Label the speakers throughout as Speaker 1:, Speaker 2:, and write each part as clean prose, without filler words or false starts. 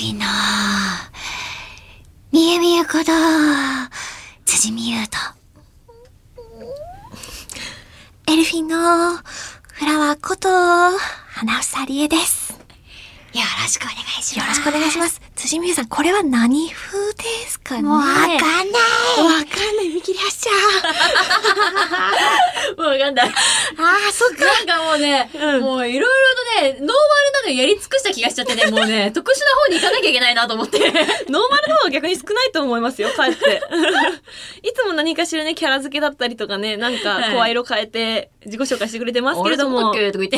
Speaker 1: フィンのみゆみゆこと辻みゆとエルフィンのフラワーこと花房理恵です。よろしくお願いします。よろしくお願いします。辻みゆさん、これは何風ですかね。もうわかんない。見切り発車。
Speaker 2: もうわかんない。
Speaker 1: そっか。
Speaker 2: なんかもうね、もういろいろとね、ノーマルなのやり尽くした気がしちゃってね、もうね、特殊な方に行かなきゃいけないなと思って。
Speaker 3: ノーマルの方が逆に少ないと思いますよ、かえって。いつも何かしらね、キャラ付けだったりとかね、なんか声色変えて自己紹介してくれてますけれども。
Speaker 2: とか言って。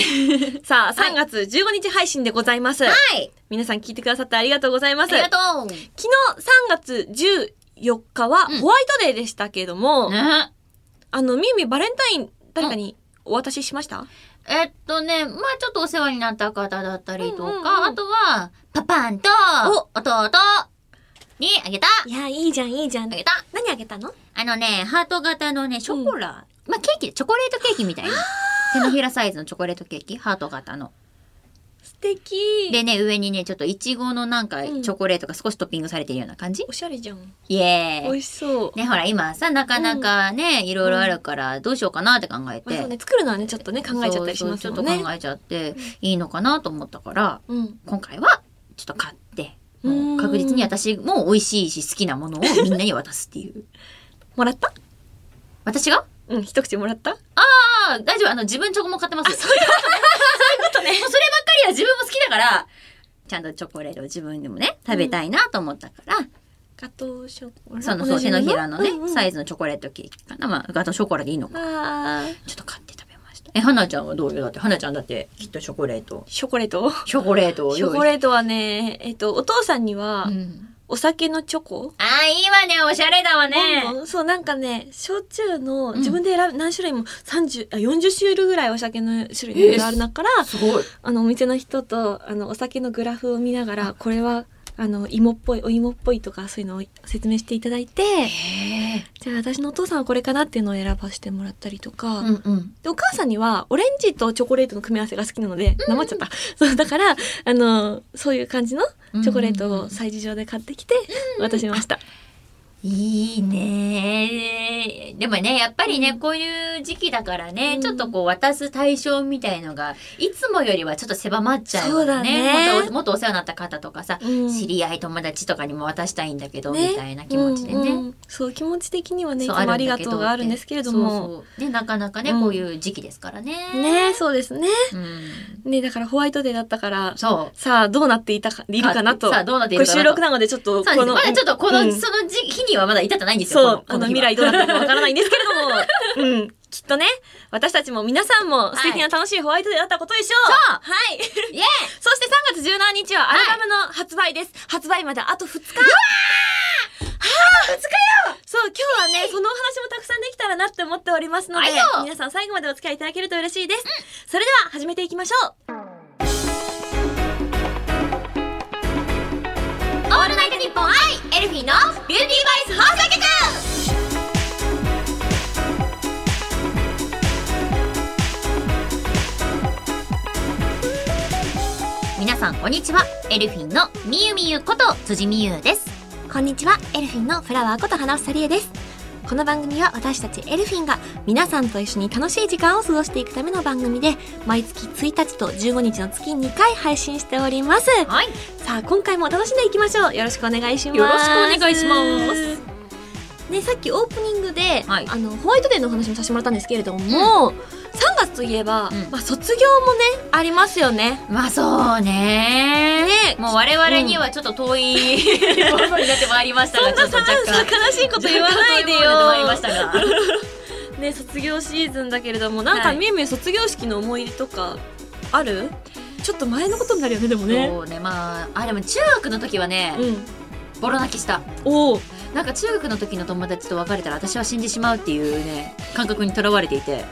Speaker 3: さあ、3月15日配信でございます。
Speaker 2: はい。
Speaker 3: 皆さん聞いてくださってありがとうございます。
Speaker 2: ありがとう。
Speaker 3: 昨日3月14日はホワイトデーでしたけれども、みゆみゆバレンタイン誰かにお渡ししました？
Speaker 2: まあちょっとお世話になった方だったりとか、あとは、パパンと、弟にあげた。
Speaker 3: いや、いいじゃん、いいじゃん。
Speaker 2: あげた。
Speaker 3: 何あげたの？
Speaker 2: ハート型のね、ショコラ。まあ、ケーキ、チョコレートケーキみたいな。手のひらサイズのチョコレートケーキ、ハート型の。
Speaker 3: 素敵。
Speaker 2: でね、上にね、ちょっとイチゴのなんか、チョコレートが少しトッピングされてるような感じ。
Speaker 3: おしゃれじゃん。
Speaker 2: イエーイ。
Speaker 3: 美味しそう。
Speaker 2: ね、ほら、今さ、なかなかね、いろいろあるから、どうしようかなって考えて。
Speaker 3: そうね、作るのはね、ちょっとね、考えちゃったりしますもんね。
Speaker 2: ちょっと考えちゃって、いいのかなと思ったから、今回は、ちょっと買って、もう確実に私も美味しいし好きなものをみんなに渡すっていう。
Speaker 3: もらった？
Speaker 2: 私が？
Speaker 3: 一口もらった？
Speaker 2: 大丈夫。自分チョコも買ってます。そういうことね。もうそればっかりは自分も好きだから、ちゃんとチョコレートを自分でもね、食べたいなと思ったから、
Speaker 3: ガトーショコラ。
Speaker 2: そう、手のひらのね、サイズのチョコレートケーキかな。まあ、ガトーショコラでいいのか。ちょっと買って食べました。花ちゃんはどうよ？だって、花ちゃんだってきっとチョコレート。
Speaker 3: チョコレート
Speaker 2: を
Speaker 3: チョコレートはね、お父さんには、お酒のチョコ？
Speaker 2: いいわね、おしゃれだわね。
Speaker 3: そう、なんかね、焼酎の自分で選ぶ、何種類も40種類ぐらいお酒の種類がある中から、
Speaker 2: すごい。
Speaker 3: お店の人と、お酒のグラフを見ながら、これは、お芋っぽいとか、そういうのを説明していただいて、じゃあ私のお父さんはこれかなっていうのを選ばせてもらったりとか、で、お母さんには、オレンジとチョコレートの組み合わせが好きなので、なまっちゃった。そう、だから、そういう感じのチョコレートを催事場で買ってきて、渡しました。
Speaker 2: いいね。でもね、やっぱりね、こういう時期だからね、ちょっとこう渡す対象みたいのが、いつもよりはちょっと狭まっちゃうよね。
Speaker 3: そうだね。
Speaker 2: もっとお世話になった方とかさ、知り合い友達とかにも渡したいんだけど、みたいな気持ちでね。
Speaker 3: そう、気持ち的にはね、いつもありがとうがあるんですけれども。
Speaker 2: で、なかなかね、こういう時期ですからね。
Speaker 3: ね、そうですね。ね、だからホワイトデーだったから、さあ、どうなっているかなと。
Speaker 2: さあ、どうなっているかなと。
Speaker 3: 収録なのでちょっと、
Speaker 2: まだちょっとその日にはまだ至ってないんですよ。
Speaker 3: そう、未来どうなったかわからないんですけれども、きっとね、私たちも皆さんも素敵な楽しいホワイトデーだったことでしょう。
Speaker 2: そう
Speaker 3: はい。
Speaker 2: イエーイ
Speaker 3: そして3月17日はアルバムの発売です。発売まであと2日。2日よそう、今日はね、そのお話もたくさんできたらなって思っておりますので、皆さん最後までお付き合いいただけると嬉しいです。それでは始めていきましょう。
Speaker 2: オールナイトニッポン愛エルフィーのビューティーバイス放送局。皆さんこんにちは。エルフィンのみゆみゆこと辻みゆです。
Speaker 1: こんにちは。エルフィンのフラワーこと花房理恵です。この番組は私たちエルフィンが皆さんと一緒に楽しい時間を過ごしていくための番組で、毎月1日と15日の月2回配信しております。
Speaker 2: はい。
Speaker 1: さあ、今回も楽しんでいきましょう。よろしくお願いします。
Speaker 2: よろしくお願いします。
Speaker 3: ね、さっきオープニングで、ホワイトデーの話もさせてもらったんですけれども、3月といえば、卒業もね、ありますよね。
Speaker 2: まあそうね。もう我々にはちょっと遠いものになってまいりましたが、ちょっと若干
Speaker 3: 悲しいこと言わないでよ。ね、卒業シーズンだけれども、なんかみゆみゆ卒業式の思い出とかある？ちょっと前のことになるよね、でもね。
Speaker 2: そうね、まあ、でも中学の時はね、ボロ泣きした。なんか中学の時の友達と別れたら私は死んでしまうっていうね、感覚にとらわれていて。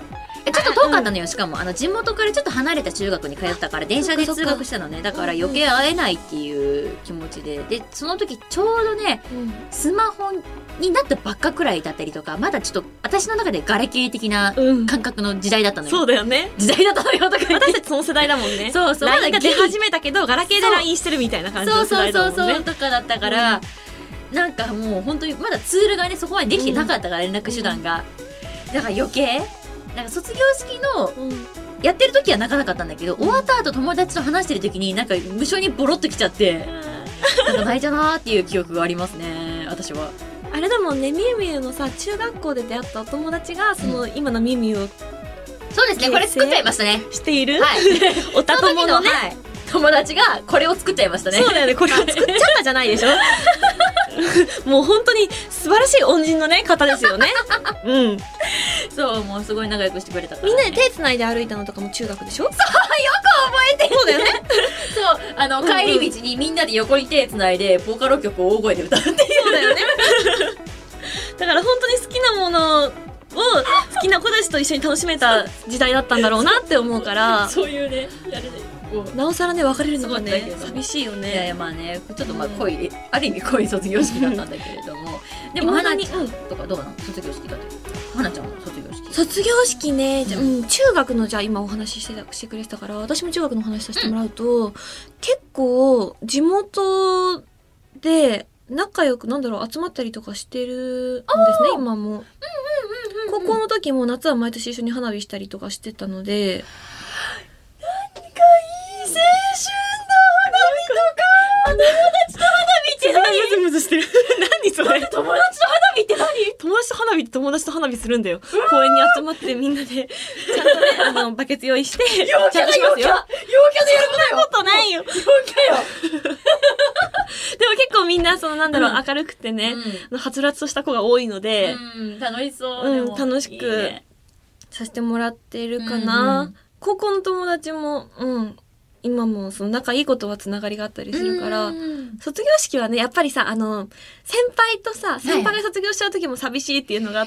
Speaker 2: ちょっと遠かったのよ。しかも地元からちょっと離れた中学に通ったから電車で通学したのね。だから余計会えないっていう気持ちでその時ちょうどね、スマホになったばっかくらいだったりとか、まだちょっと私の中でガラケー的な感覚の時代だったのよ。
Speaker 3: そうだよね。
Speaker 2: 時代だったのよとか言って。
Speaker 3: 私たちその世代だもんね。
Speaker 2: そうそう。
Speaker 3: LINE が出始めたけどガラケーで LINE してるみたいな感じの世代だもんね。
Speaker 2: そうとかだったから、なんかもう本当にまだツールがねそこまでできてなかったから、連絡手段が。だから余計なんか卒業式のやってる時は泣かなかったんだけど、終わった後友達と話してる時になんか無性にボロッときちゃって、なんか泣いたなーっていう記憶がありますね、私は。
Speaker 3: あれだもんね、みゆみゆのさ、中学校で出会ったお友達がその今のみゆみゆを
Speaker 2: そうですね、これ作っちゃいましたね。
Speaker 3: している、
Speaker 2: はい、
Speaker 3: おた友のね、
Speaker 2: はい、友達がこれを作っちゃいましたね。
Speaker 3: そうだよね、これを作っちゃったじゃないでしょもう本当に素晴らしい恩人のね方ですよね。うん。
Speaker 2: そう、もうすごい仲良くしてくれたから、ね、
Speaker 3: みんなで手つないで歩いたのとかも中学でしょ。そう、よく
Speaker 2: 覚えてる。
Speaker 3: そうだよね。
Speaker 2: そう、帰り道にみんなで横に手つないでボカロ曲を大声で歌うっていう。
Speaker 3: そうだよね。だから本当に好きなものを好きな子たちと一緒に楽しめた時代だったんだろうなって思うから
Speaker 2: そういうね、あれで
Speaker 3: なおさらね別れるのがね寂しいよね。
Speaker 2: いやいや、まあね、ちょっとまあ恋、ある意味恋卒業式だったんだけれども、でも花ちゃんとかどうなの、卒業式だって。花ちゃんの卒業式
Speaker 3: ね、中学のじゃあ今お話ししてくれてたから、私も中学の話させてもらうと、結構地元で仲良く集まったりとかしてるんですね、今も。高校の時も夏は毎年一緒に花火したりとかしてたので、
Speaker 2: 何かいい青春だ。花火とか友達と花火って何？
Speaker 3: ムズムズしてる。何それ？
Speaker 2: 友達と花火って何？
Speaker 3: 友達と花火って友達と花火するんだよ。公園に集まってみんなでちゃんとねバケツ用意して。
Speaker 2: 陽キャだ、陽キャでやる
Speaker 3: ことないよ。
Speaker 2: 陽キャよ。
Speaker 3: でも結構みんな明るくてね、はつらつとした子が多いので、
Speaker 2: 楽しそう。
Speaker 3: 楽しくさせてもらってるかな。高校の友達も今もその仲いいことはつながりがあったりするから、卒業式はねやっぱりさ先輩が卒業しちゃう時も寂しいっていうのがあって、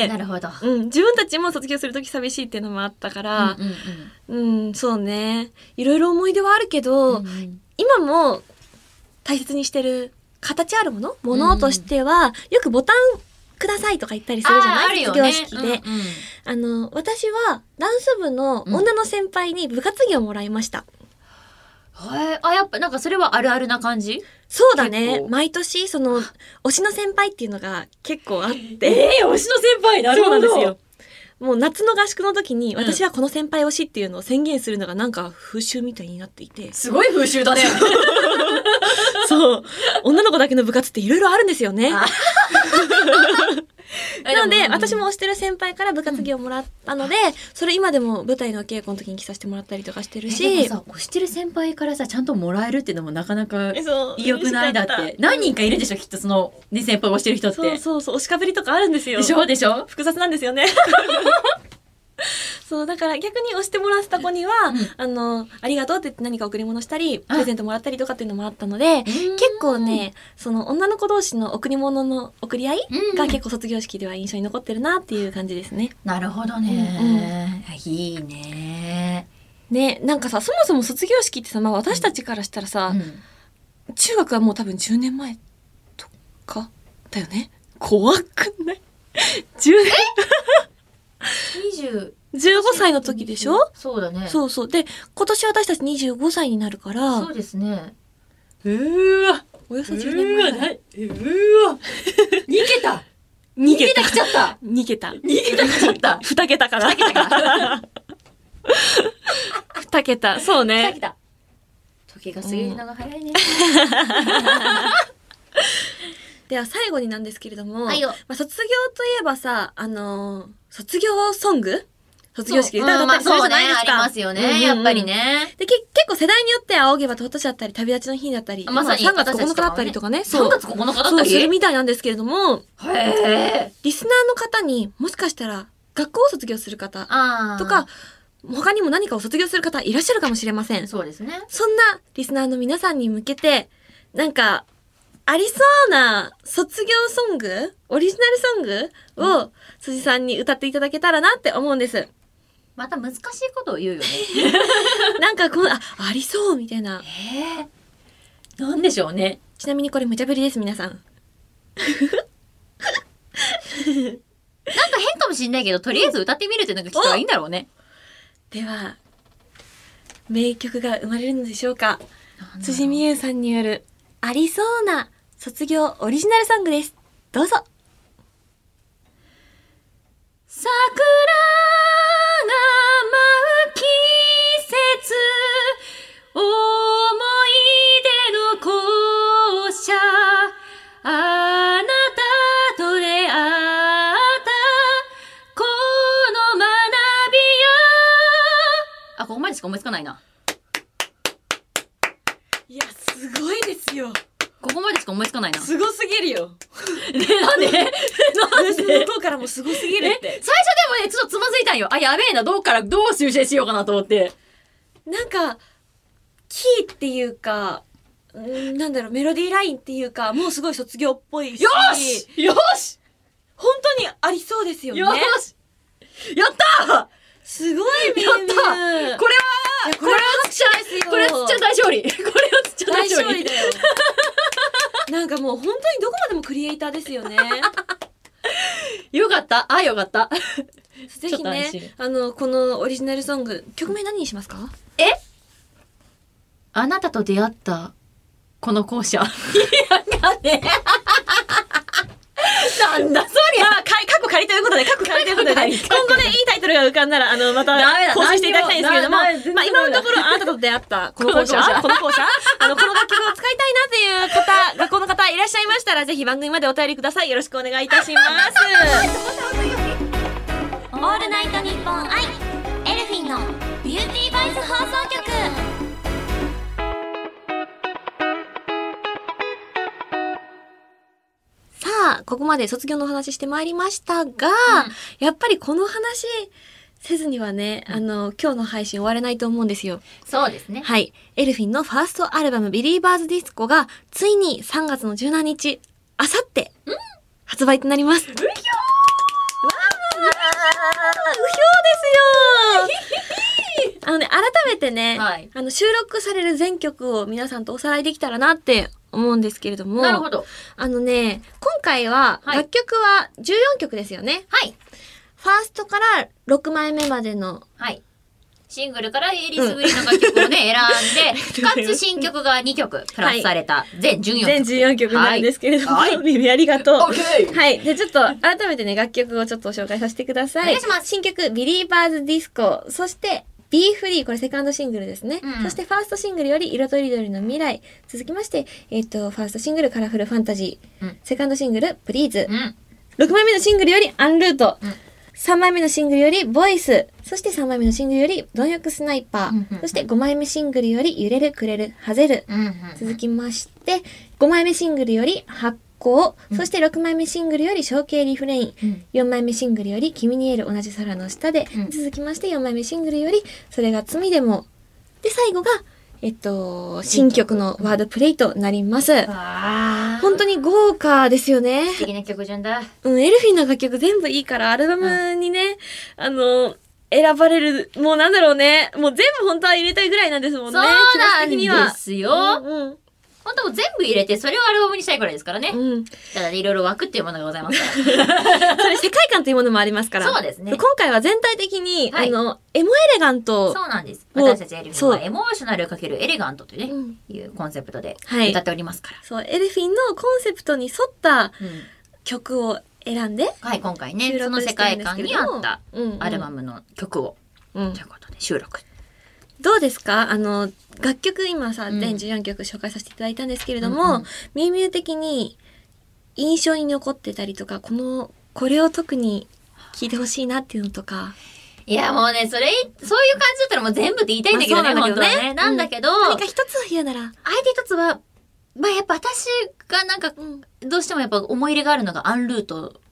Speaker 2: なるほど。
Speaker 3: 自分たちも卒業する時寂しいっていうのもあったから、そうね、いろいろ思い出はあるけど、今も大切にしてる形あるものとしては、よくボタンくださいとか言ったりするじゃない、卒業式で。私はダンス部の女の先輩に部活着をもらいました。
Speaker 2: やっぱなんかそれはあるあるな感じ？
Speaker 3: そうだね。毎年推しの先輩っていうのが結構あって。
Speaker 2: 推しの先輩、なるほど。
Speaker 3: そうなんですよ。もう夏の合宿の時に私はこの先輩推しっていうのを宣言するのがなんか風習みたいになっていて。
Speaker 2: すごい風習だね。
Speaker 3: そう。女の子だけの部活っていろいろあるんですよね。なので、私も推してる先輩から部活着をもらったので、それ今でも舞台の稽古の時に着させてもらったりとかしてるし。
Speaker 2: でもさ、推してる先輩からさ、ちゃんともらえるっていうのもなかなか良くない？だって。何人かいるでしょ、きっとその、ね、先輩を推してる人って。
Speaker 3: そう、推しかぶりとかあるんですよ。
Speaker 2: でしょ
Speaker 3: 複雑なんですよね。そう、だから逆に押してもらった子には、ありがとうって言って何か贈り物したり、プレゼントもらったりとかっていうのもあったので、結構ね、その女の子同士の贈り物の贈り合いが結構卒業式では印象に残ってるなっていう感じですね。
Speaker 2: なるほどね。いいね。
Speaker 3: ね、なんかさ、そもそも卒業式ってさ、私たちからしたらさ、中学はもう多分10年前とかだよね。怖くない？ 10 年15歳の時でしょ？
Speaker 2: そうだね。
Speaker 3: そう。で、今年私たち25歳になるから。
Speaker 2: そうですね。
Speaker 3: およそ10年前。
Speaker 2: 逃げたきちゃった。
Speaker 3: 逃げた
Speaker 2: きちゃった。
Speaker 3: 2桁から。2桁。そうね。
Speaker 2: 2桁。時が過ぎるのが早いね。
Speaker 3: では最後になんですけれども、
Speaker 2: 卒業
Speaker 3: といえばさ、卒業ソング？卒業式で歌ったりするじゃないですか。
Speaker 2: ありますよね、やっぱりね。
Speaker 3: で、結構世代によって仰げば尊しだったり、旅立ちの日だったり、
Speaker 2: まさに
Speaker 3: 3月9日だったりとかね。
Speaker 2: 3月9日だったり？
Speaker 3: そう、するみたいなんですけれども、リスナーの方にもしかしたら学校を卒業する方とか、他にも何かを卒業する方いらっしゃるかもしれません。
Speaker 2: そうですね。
Speaker 3: そんなリスナーの皆さんに向けて、なんか、ありそうな卒業ソング、オリジナルソングを辻さんに歌っていただけたらなって思うんです。
Speaker 2: また難しいことを言うよね。
Speaker 3: なんかありそうみたいな。
Speaker 2: なんでしょうね。
Speaker 3: ちなみにこれ無茶ぶりです、皆さん。
Speaker 2: なんか変かもしんないけど、とりあえず歌ってみるってなんか聞いたらいいんだろうね。
Speaker 3: では、名曲が生まれるのでしょうか。辻美優さんによるありそうな卒業オリジナルソングです。どうぞ。
Speaker 2: 桜が舞う季節、思い出の校舎、あなたと出会ったこの学びや。あ、ここまでしか思いつかないな。
Speaker 3: いや、すごいですよ。
Speaker 2: ここまでしか思いつかないな。
Speaker 3: すごすぎるよ。
Speaker 2: なんでなんで
Speaker 3: 向こうからもすごすぎるって。
Speaker 2: 最初でもね、ちょっとつまずいたんよ。あ、やべえな、どう修正しようかなと思って。
Speaker 3: なんか、キーっていうか、なんだろう、メロディーラインっていうか、もうすごい卒業っぽいし。
Speaker 2: よしよし
Speaker 3: 本当にありそうですよね。
Speaker 2: よしやったー
Speaker 3: すごいみんな。
Speaker 2: これはつっちゃ大勝利。これはつっちゃ大勝利。
Speaker 3: だよ。なんかもう本当にどこまでもクリエイターですよね。
Speaker 2: よかった。あ、よかった。
Speaker 3: ぜひね、このオリジナルソング、曲名何にしますか？
Speaker 2: あなたと出会ったこの校舎。いやがね。なんだそりゃ。
Speaker 3: 過去仮ということで、今後ね、いいタイトルが浮かんだら、また更新していただきたいんですけれども、今のところあなたと出会ったこの校舎、この楽曲を使いたいなという方、学校の方いらっしゃいましたら、ぜひ番組までお便りください。よろしくお願いいたします。
Speaker 1: オールナイトニッポン愛エルフィンのビューティーバイス放送局。
Speaker 3: さあ、ここまで卒業のお話してまいりましたが、やっぱりこの話せずにはね、今日の配信終われないと思うんですよ。
Speaker 2: そうですね。
Speaker 3: はい。エルフィンのファーストアルバムビリーバーズディスコがついに3月の17日、あさって発売となります。うひょーですよ改めてね、収録される全曲を皆さんとおさらいできたらなって思うんですけれども。
Speaker 2: なるほど。
Speaker 3: 今回は、楽曲は14曲ですよね。
Speaker 2: はい。
Speaker 3: ファーストから6枚目までの。
Speaker 2: はい。シングルからえりすぐりの楽曲をね、選んで、かつ新曲が2曲プラスされた全14曲。
Speaker 3: 全14曲なんですけれども、耳ありがとう。はい。で、ちょっと改めてね、楽曲をちょっと紹介させてください。
Speaker 2: お願いします。
Speaker 3: 新曲、ビリーバーズディスコ、そして、Be Free、これセカンドシングルですね。そしてファーストシングルより色とりどりの未来。続きまして、ファーストシングルカラフルファンタジー。セカンドシングルプリーズ。6枚目のシングルよりアンルート。3枚目のシングルよりボイス。そして3枚目のシングルより貪欲スナイパー。そして5枚目シングルより揺れるくれるハゼル。続きまして、5枚目シングルより発光。そして6枚目シングルより象形リフレイン。4枚目シングルより君にいる同じ空の下で。続きまして4枚目シングルよりそれが罪でも。で、最後が、新曲のワードプレイとなります。本当に豪華ですよね。
Speaker 2: 素敵な曲順だ。
Speaker 3: エルフィンの楽曲全部いいからアルバムにね、選ばれる、もうなんだろうね。もう全部本当は入れたいぐらいなんですもんね。
Speaker 2: そうなんですよ。本当もう全部入れて、それをアルバムにしたいくらいですからね。ただいろいろ枠っていうものがございますから。
Speaker 3: それ世界観というものもありますから。
Speaker 2: そうですね。
Speaker 3: 今回は全体的に、エモエレガント。
Speaker 2: そうなんです。私たちエルフィンはエモーショナル×エレガントというね、いうコンセプトで歌っておりますから。
Speaker 3: そう、エルフィンのコンセプトに沿った曲を選んで。
Speaker 2: はい、今回ね、その世界観に合ったアルバムの曲を、ということで収録。
Speaker 3: どうですか？楽曲今さ、全14曲紹介させていただいたんですけれども、みゆみゆ的に印象に残ってたりとか、これを特に聴いてほしいなっていうのとか。
Speaker 2: いやもうね、そういう感じだったらもう全部って言いたいんだけどね、本当はね。なんだけど、
Speaker 3: 何か一つを言うなら。
Speaker 2: あえて一つは、やっぱ私がなんか、どうしてもやっぱ思い入れがあるのがアンルート。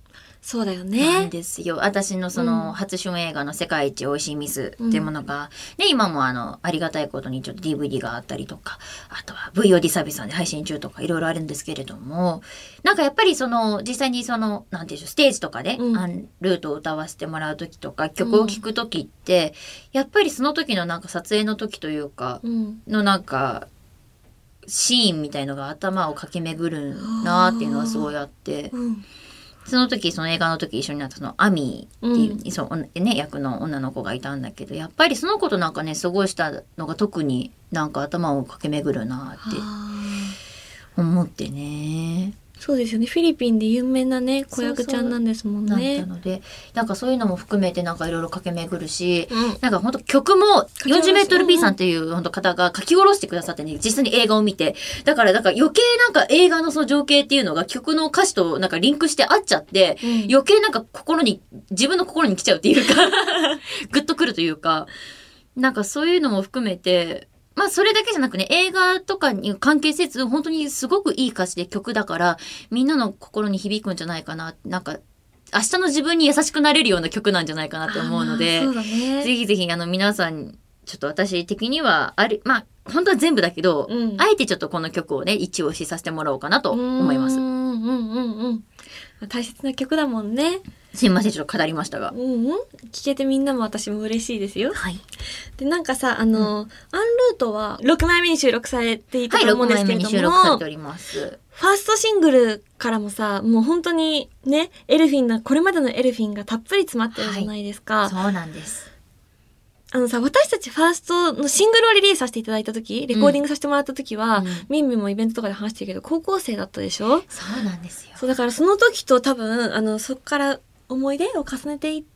Speaker 3: そうだよ
Speaker 2: なん
Speaker 3: ね。
Speaker 2: ですよ。私のその初主演映画の世界一美味しいミスっていうものが、ね、今もありがたいことにちょっと DVD があったりとか、あとは VOD サービスさんで配信中とかいろいろあるんですけれども、なんかやっぱりその実際にその、なんていうんでしょう、ステージとかで、ルートを歌わせてもらう時とか、曲を聴く時って、やっぱりその時のなんか撮影の時というか、のなんか、シーンみたいのが頭を駆け巡るなーっていうのはすごいあって、その時その映画の時一緒になったそのアミーっていう、そうね、役の女の子がいたんだけど、やっぱりその子となんかね過ごしたのが特になんか頭を駆け巡るなって思ってね。
Speaker 3: そうですよね。フィリピンで有名なね子役ちゃんなんですもんね。
Speaker 2: なのでなんかそういうのも含めてなんかいろいろ駆け巡るし、なんか本当曲も 40m B さんっていう本当方が書き下ろしてくださってね、実際に映画を見て、だから余計なんか映画のその情景っていうのが曲の歌詞となんかリンクして合っちゃって、余計なんか自分の心に来ちゃうっていうかグッとくるというか、なんかそういうのも含めて、まあそれだけじゃなくね、映画とかに関係せず、本当にすごくいい歌詞で曲だから、みんなの心に響くんじゃないかな。なんか、明日の自分に優しくなれるような曲なんじゃないかなって思うので、
Speaker 3: そうだね、
Speaker 2: ぜひぜひ皆さん、ちょっと私的には、まあ、本当は全部だけど、あえてちょっとこの曲をね、一押しさせてもらおうかなと思います。
Speaker 3: 大切な曲だもんね。
Speaker 2: すいません、ちょっと語りましたが。
Speaker 3: 聞けてみんなも私も嬉しいですよ。
Speaker 2: はい。
Speaker 3: で、なんかさ、アンルートは6枚目に収録されていたと思うんですけれども、
Speaker 2: はい、6枚目に収録されております。
Speaker 3: ファーストシングルからもさ、もう本当にね、これまでのエルフィンがたっぷり詰まってるじゃないですか。
Speaker 2: はい、そうなんです。
Speaker 3: 私たちファーストのシングルをリリースさせていただいた時、レコーディングさせてもらった時は、みんみんもイベントとかで話してるけど、高校生だったでしょ？
Speaker 2: そうなんですよ。
Speaker 3: そう、だからその時と多分、そこから思い出を重ねていって、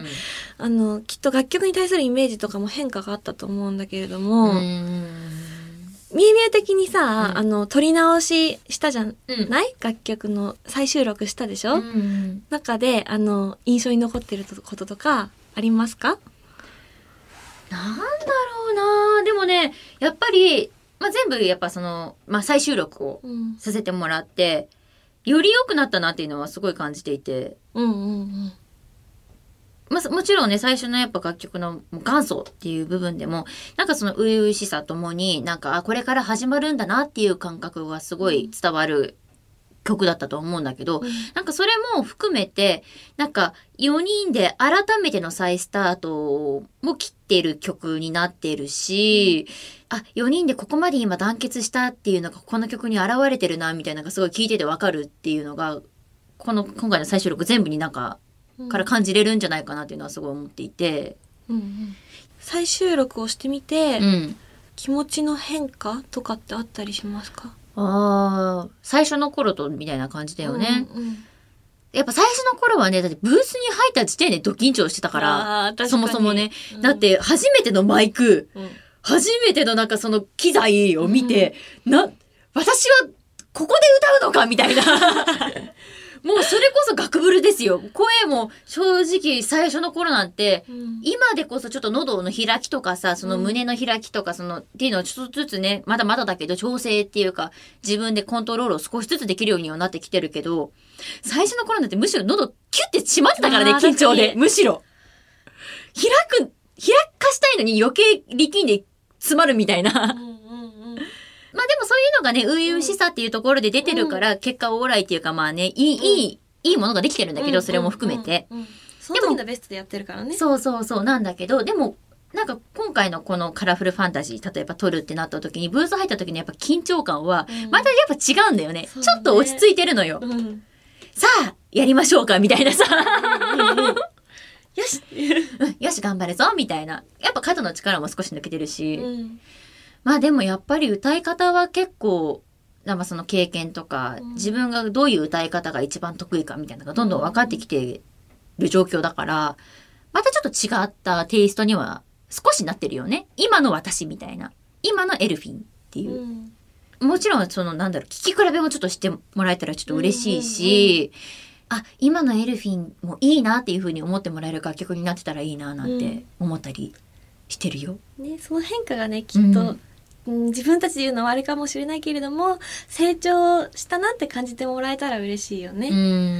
Speaker 3: きっと楽曲に対するイメージとかも変化があったと思うんだけれども、みゆみゆ的にさ、撮り直ししたじゃない、楽曲の再収録したでしょ、中で、印象に残ってることとかありますか？
Speaker 2: なんだろうな。でもね、やっぱり、全部やっぱ再収録をさせてもらって、より良くなったなっていうのはすごい感じていて。もちろんね、最初のやっぱ楽曲の元祖っていう部分でも、なんかその初々しさともに、なんか、これから始まるんだなっていう感覚がすごい伝わる曲だったと思うんだけど、なんかそれも含めて、なんか4人で改めての再スタートも切ってる曲になってるし、4人でここまで今団結したっていうのがこの曲に現れてるなみたいなのがすごい聞いててわかるっていうのが、今回の再収録全部になんかから感じれるんじゃないかなっていうのはすごい思っていて。
Speaker 3: 再収録をしてみて、気持ちの変化とかってあったりしますか？
Speaker 2: 最初の頃とみたいな感じだよね。やっぱ最初の頃はね、だってブースに入った時点でド緊張してたから、そもそもね。だって初めてのマイク、初めてのなんかその機材を見て、私はここで歌うのかみたいな。もうそれこそガクブルですよ。声も正直最初の頃なんて、今でこそちょっと喉の開きとかさ、その胸の開きとかっていうのをちょっとずつね、まだまだだけど調整っていうか、自分でコントロールを少しずつできるようにはなってきてるけど、最初の頃なんてむしろ喉キュッて閉まってたからね、緊張で。むしろ。開かしたいのに余計力んで詰まるみたいな。まあでもそういうのがね、初々しさっていうところで出てるから、結果オーライっていうかまあね、いいものができてるんだけど、それも含めて。
Speaker 3: その時のベストでやってるからね。
Speaker 2: そうなんだけど、でも、なんか今回のこのカラフルファンタジー、例えば撮るってなった時に、ブース入った時のやっぱ緊張感は、またやっぱ違うんだよね。ちょっと落ち着いてるのよ。さあ、やりましょうか、みたいなさ。よしよし、頑張れぞ、みたいな。やっぱ肩の力も少し抜けてるし。まあでもやっぱり歌い方は結構、その経験とか、自分がどういう歌い方が一番得意かみたいなのがどんどん分かってきてる状況だから、またちょっと違ったテイストには少しなってるよね。今の私みたいな。今のエルフィンっていう。もちろん聞き比べもちょっとしてもらえたらちょっと嬉しいし、今のエルフィンもいいなっていう風に思ってもらえる楽曲になってたらいいななんて思ったりしてるよ。
Speaker 3: ね、その変化がね、きっと、自分たちで言うのはあれかもしれないけれども、成長したなって感じてもらえたら嬉しいよね。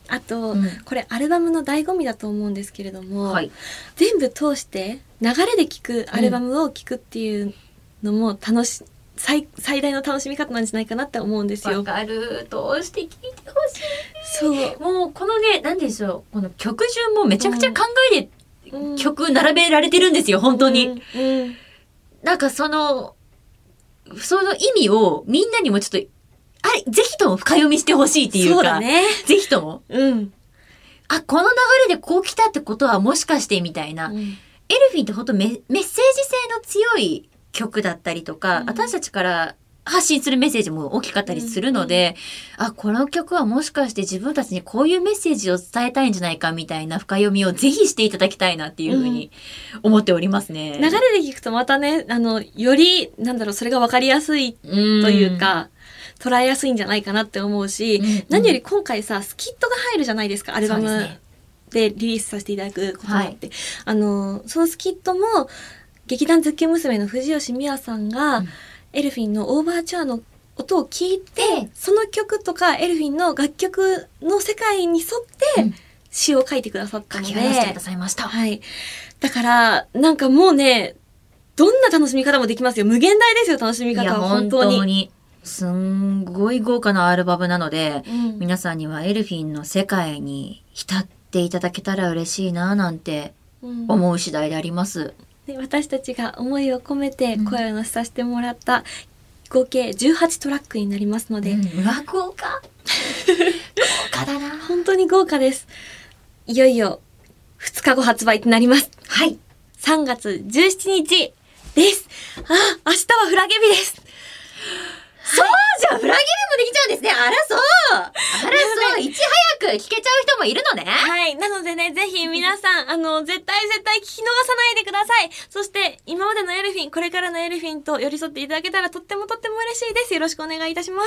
Speaker 3: あと、これアルバムの醍醐味だと思うんですけれども、
Speaker 2: はい、
Speaker 3: 全部通して流れで聴くアルバムを聴くっていうのも最大の楽しみ方なんじゃないかなって思うんですよ。
Speaker 2: わかる。通して聴いてほしい。
Speaker 3: そう。
Speaker 2: もうこのね、なんでしょう、この曲順もめちゃくちゃ考えて、曲並べられてるんですよ、本当に。なんかその意味をみんなにもちょっと、ぜひとも深読みしてほしいっていうか。そうだね。ぜひとも。この流れでこう来たってことはもしかしてみたいな。エルフィンって本当メッセージ性の強い曲だったりとか、私たちから発信するメッセージも大きかったりするので、この曲はもしかして自分たちにこういうメッセージを伝えたいんじゃないかみたいな深読みをぜひしていただきたいなっていうふうに思っておりますね。
Speaker 3: 流れで聞くとまたね、より、それが分かりやすいというか、捉えやすいんじゃないかなって思うし、何より今回さ、スキットが入るじゃないですか、アルバムでリリースさせていただくことになって。そのスキットも、劇団ズッキュン娘の藤吉美和さんが、エルフィンのオーバーチュアの音を聞いて、その曲とかエルフィンの楽曲の世界に沿って詩を書いてくださったので、
Speaker 2: 書き下ろしてくださいました。
Speaker 3: はい。だから、もうね、どんな楽しみ方もできますよ。無限大ですよ、楽しみ方は。本当に。
Speaker 2: すんごい豪華なアルバムなので、皆さんにはエルフィンの世界に浸っていただけたら嬉しいななんて思う次第であります。
Speaker 3: で、私たちが思いを込めて声を乗せさせてもらった合計18トラックになりますので。
Speaker 2: 豪華豪華だな。
Speaker 3: 本当に豪華です。いよいよ2日後発売となります。
Speaker 2: はい。
Speaker 3: 3月17日です。明日はフラゲ日です。
Speaker 2: そうじゃん、フラゲ日もできちゃうんですね。そういち早く聞けちゃう人もいるのね。
Speaker 3: はい。なのでね、ぜひ皆さん、絶対聞き逃さないでください。そして、今までのエルフィン、これからのエルフィンと寄り添っていただけたらとっても嬉しいです。よろしくお願いいたします。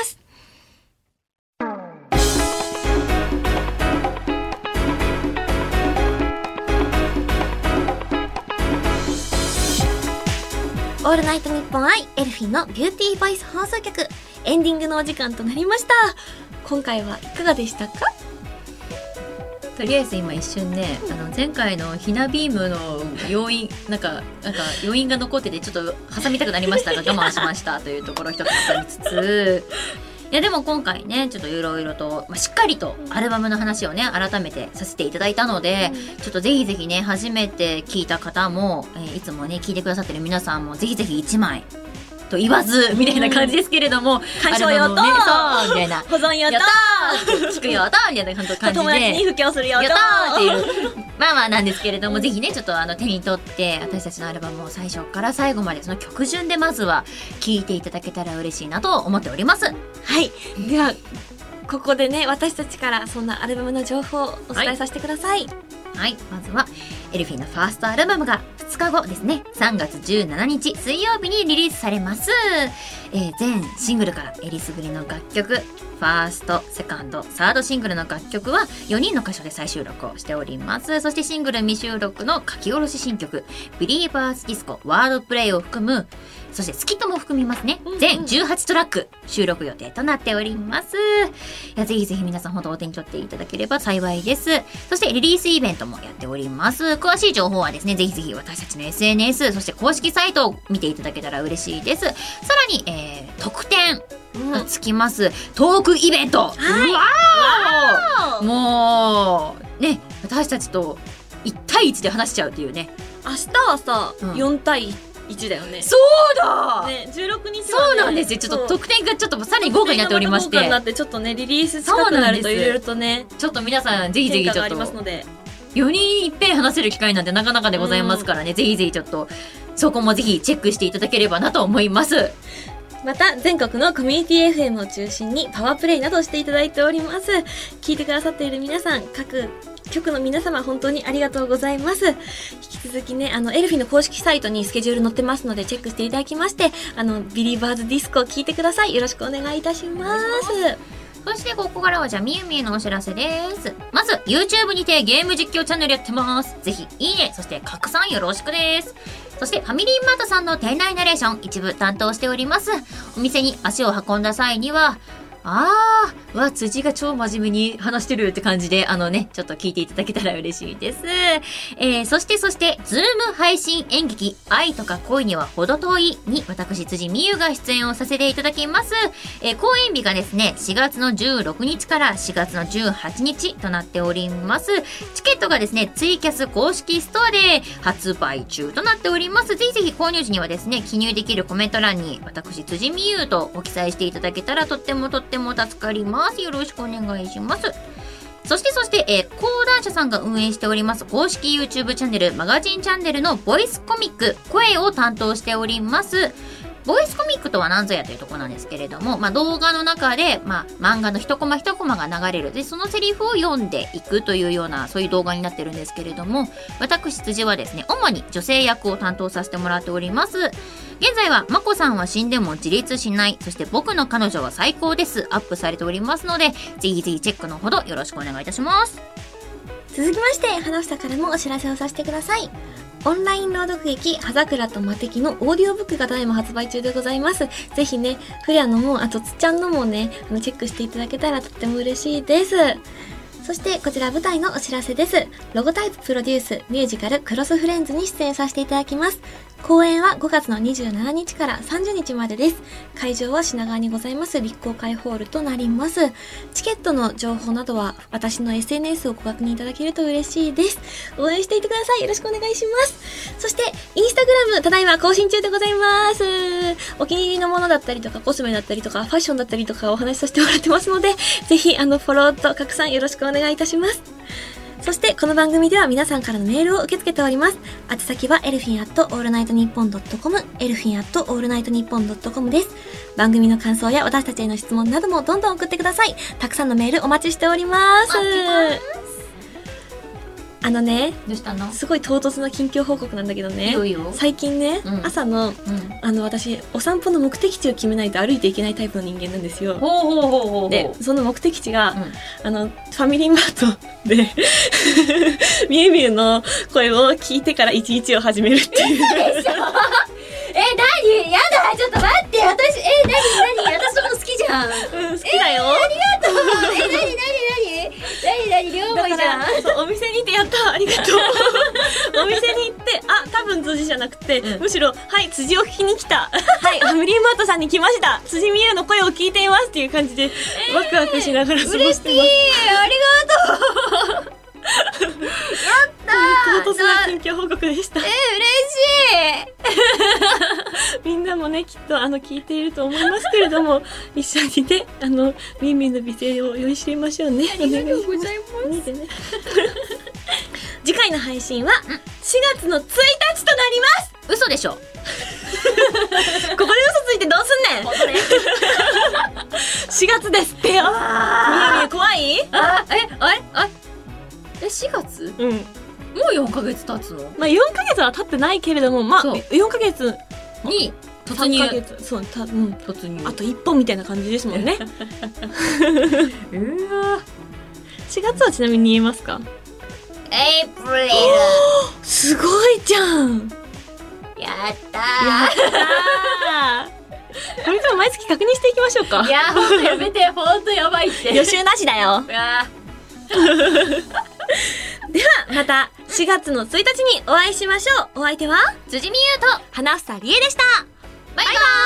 Speaker 3: オールナイトニッポン愛エルフィンのビューティーボイス放送局、エンディングのお時間となりました。今回はいかがでしたか？
Speaker 2: とりあえず今一瞬ね、前回のひなビームの要因余韻が残っててちょっと挟みたくなりましたが我慢しましたというところを一つ挟みつつ、いやでも今回ねちょっといろいろと、しっかりとアルバムの話をね改めてさせていただいたので、ちょっとぜひぜひね初めて聞いた方も、いつもね聞いてくださってる皆さんもぜひぜひ1枚と言わずみたいな感じですけれども、
Speaker 3: 鑑賞用と、
Speaker 2: ね、そうみたいな
Speaker 3: 保存用と
Speaker 2: 聞く用とみたいな感じで
Speaker 3: 友達に布教する用と
Speaker 2: やったっていうまあなんですけれども、ぜひねちょっと手に取って私たちのアルバムを最初から最後までその曲順でまずは聴いていただけたら嬉しいなと思っております。
Speaker 3: はい、ではここでね私たちからそんなアルバムの情報をお伝えさせてください。
Speaker 2: はい、まずはエルフィンのファーストアルバムが2日後ですね、3月17日水曜日にリリースされます。全シングルからえりすぐりの楽曲、ファースト、セカンド、サードシングルの楽曲は4人の箇所で再収録をしております。そしてシングル未収録の書き下ろし新曲、ビリーバーズディスコ、ワードプレイを含む、そしてスキットも含みますね。全18トラック収録予定となっております。いやぜひぜひ皆さん本当お手に取っていただければ幸いです。そしてリリースイベントもやっております。詳しい情報はですね、ぜひぜひ私たちの SNS、そして公式サイトを見ていただけたら嬉しいです。さらに、特典がつきます、トークイベント。わーもうね、私たちと1対1で話しちゃうっていうね。
Speaker 3: 明日はさ、4対1だよね。
Speaker 2: そうだ
Speaker 3: ね、16日はね、
Speaker 2: そうなんですよ。ちょっと特典がちょっとさらに豪華になっておりまして、豪華に
Speaker 3: なってちょっとねリリース近くなるといろいろとね
Speaker 2: ちょっと皆さんぜひぜひちょっと
Speaker 3: ありますので、
Speaker 2: 4人いっぺん話せる機会なんてなかなかでございますからね、ぜひぜひちょっとそこもぜひチェックしていただければなと思います。
Speaker 3: また全国のコミュニティ FM を中心にパワープレイなどしていただいております。聞いてくださっている皆さん、各局の皆様本当にありがとうございます。引き続きねエルフィンの公式サイトにスケジュール載ってますのでチェックしていただきまして、ビリーバーズディスコを聞いてください。よろしくお願いいたします。
Speaker 2: そしてここからはじゃあみゆみゆのお知らせです。まず YouTube にてゲーム実況チャンネルやってます。ぜひいいね、そして拡散よろしくです。そしてファミリーマートさんの店内ナレーション一部担当しております。お店に足を運んだ際には辻が超真面目に話してるって感じで、ちょっと聞いていただけたら嬉しいです。そして、ズーム配信演劇、愛とか恋には程遠いに、私、辻美優が出演をさせていただきます。公演日がですね、4月の16日から4月の18日となっております。チケットがですね、ツイキャス公式ストアで発売中となっております。ぜひぜひ購入時にはですね、記入できるコメント欄に、私、辻美優とご記載していただけたらとっても助かります。よろしくお願いします。そして、講談社さんが運営しております公式 YouTube チャンネル、マガジンチャンネルのボイスコミック、声を担当しております。ボイスコミックとは何ぞやというところなんですけれども、動画の中で、漫画の一コマ一コマが流れる。で、そのセリフを読んでいくというような、そういう動画になってるんですけれども、私、辻はですね、主に女性役を担当させてもらっております。現在は、まこさんは死んでも自立しない、そして僕の彼女は最高です。アップされておりますので、ぜひぜひチェックのほどよろしくお願いいたします。
Speaker 1: 続きまして、花房からもお知らせをさせてください。オンライン朗読劇、葉桜と魔敵のオーディオブックがただいま発売中でございます。ぜひね、フレアのも、あとつちゃんのもね、チェックしていただけたらとっても嬉しいです。そしてこちら舞台のお知らせです。ロゴタイププロデュースミュージカルクロスフレンズに出演させていただきます。公演は5月の27日から30日までです。会場は品川にございます立航会ホールとなります。チケットの情報などは私の SNS をご確認いただけると嬉しいです。応援していてください。よろしくお願いします。そしてインスタグラムただいま更新中でございます。お気に入りのものだったりとかコスメだったりとかファッションだったりとかお話しさせてもらってますので、ぜひフォローと拡散よろしくお願いいたします。そしてこの番組では皆さんからのメールを受け付けております。宛先はelfin@allnightnippon.com、elfin@allnightnippon.com です。番組の感想や私たちへの質問などもどんどん送ってください。たくさんのメールお待ちしております。ど
Speaker 2: うしたの？
Speaker 1: すごい唐突な近況報告なんだけどね。
Speaker 2: いいよいいよ。
Speaker 1: 最近ね、朝の、私お散歩の目的地を決めないと歩いていけないタイプの人間なんですよ。で、その目的地が、ファミリーマートでみゆみゆの声を聞いてから一日を始めるっていう。
Speaker 2: でしょ？何？やだ、ちょっと待って、私、何？私のこと好きじゃん。
Speaker 1: 好きだよ。
Speaker 2: ありがとう。何？両思いじゃん。
Speaker 1: そう、お店に行ってやった、ありがとう。お店に行って、多分辻じゃなくて、むしろ、はい、辻を聞きに来た。はい、ファミリーマートさんに来ました。辻美優の声を聞いていますっていう感じで、ワクワクしながら過ごしてます。
Speaker 2: 嬉しい、ありがとう。やったー。
Speaker 1: 唐突な近況報告でした。
Speaker 2: 嬉しい。
Speaker 1: みんなもね、きっと聞いていると思いますけれども、一緒にね、みんみんの美声を用意してみましょうね。
Speaker 2: ありがとうございます。
Speaker 1: 見てね。次回の配信は4月の1日となります。
Speaker 2: 嘘でしょ。
Speaker 1: ここで嘘ついてどうすんねん。
Speaker 2: 本当ね。
Speaker 1: 4月ですってよ。みゆみゆ怖い
Speaker 2: ？4月？
Speaker 1: うん。
Speaker 2: もう4ヶ月経つの
Speaker 1: ？4ヶ月は経ってないけれども、4ヶ月
Speaker 2: に突入。
Speaker 1: 3ヶ月、そう、
Speaker 2: 突入。
Speaker 1: あと1本みたいな感じですもんね。4月はちなみに言えますか？
Speaker 2: エイプリル。
Speaker 1: すごいじゃん。
Speaker 2: やった
Speaker 1: ー。これから毎月確認していきましょうか。
Speaker 2: いや、ほんとやめて、ほんとやばいって。
Speaker 1: 予習なしだよ。ではまた4月の1日にお会いしましょう。お相手は
Speaker 2: 辻美優と
Speaker 1: 花房理恵でした。
Speaker 2: バイバーイ。